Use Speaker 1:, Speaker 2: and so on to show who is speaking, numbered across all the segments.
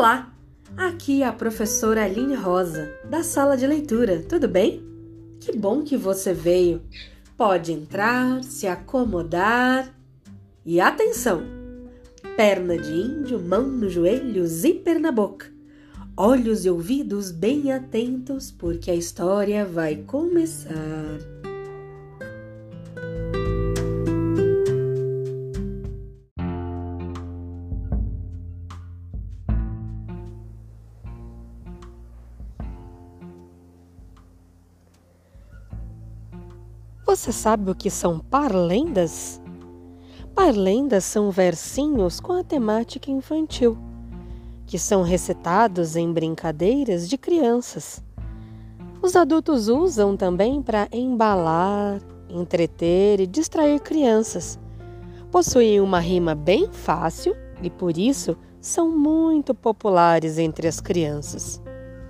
Speaker 1: Olá, aqui é a professora Aline Rosa, da sala de leitura, tudo bem? Que bom que você veio. Pode entrar, se acomodar e atenção! Perna de índio, mão no joelho, zíper na boca. Olhos e ouvidos bem atentos, porque a história vai começar. Você sabe o que são parlendas? Parlendas são versinhos com a temática infantil, que são recitados em brincadeiras de crianças. Os adultos usam também para embalar, entreter e distrair crianças. Possuem uma rima bem fácil e, por isso, são muito populares entre as crianças.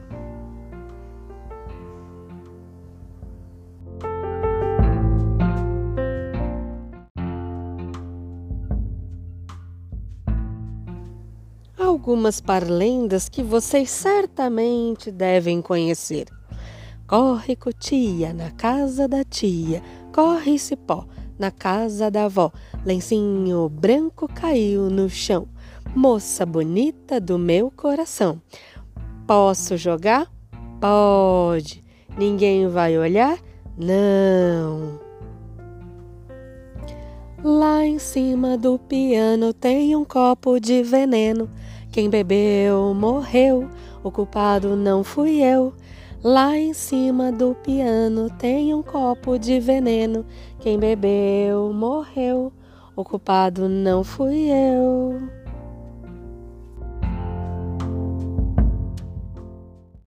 Speaker 1: Algumas parlendas que vocês certamente devem conhecer. Corre cutia na casa da tia, corre cipó na casa da avó, lencinho branco caiu no chão, moça bonita do meu coração. Posso jogar? Pode. Ninguém vai olhar? Não. Lá em cima do piano tem um copo de veneno. Quem bebeu morreu, o culpado não fui eu. Lá em cima do piano tem um copo de veneno. Quem bebeu morreu, o culpado não fui eu.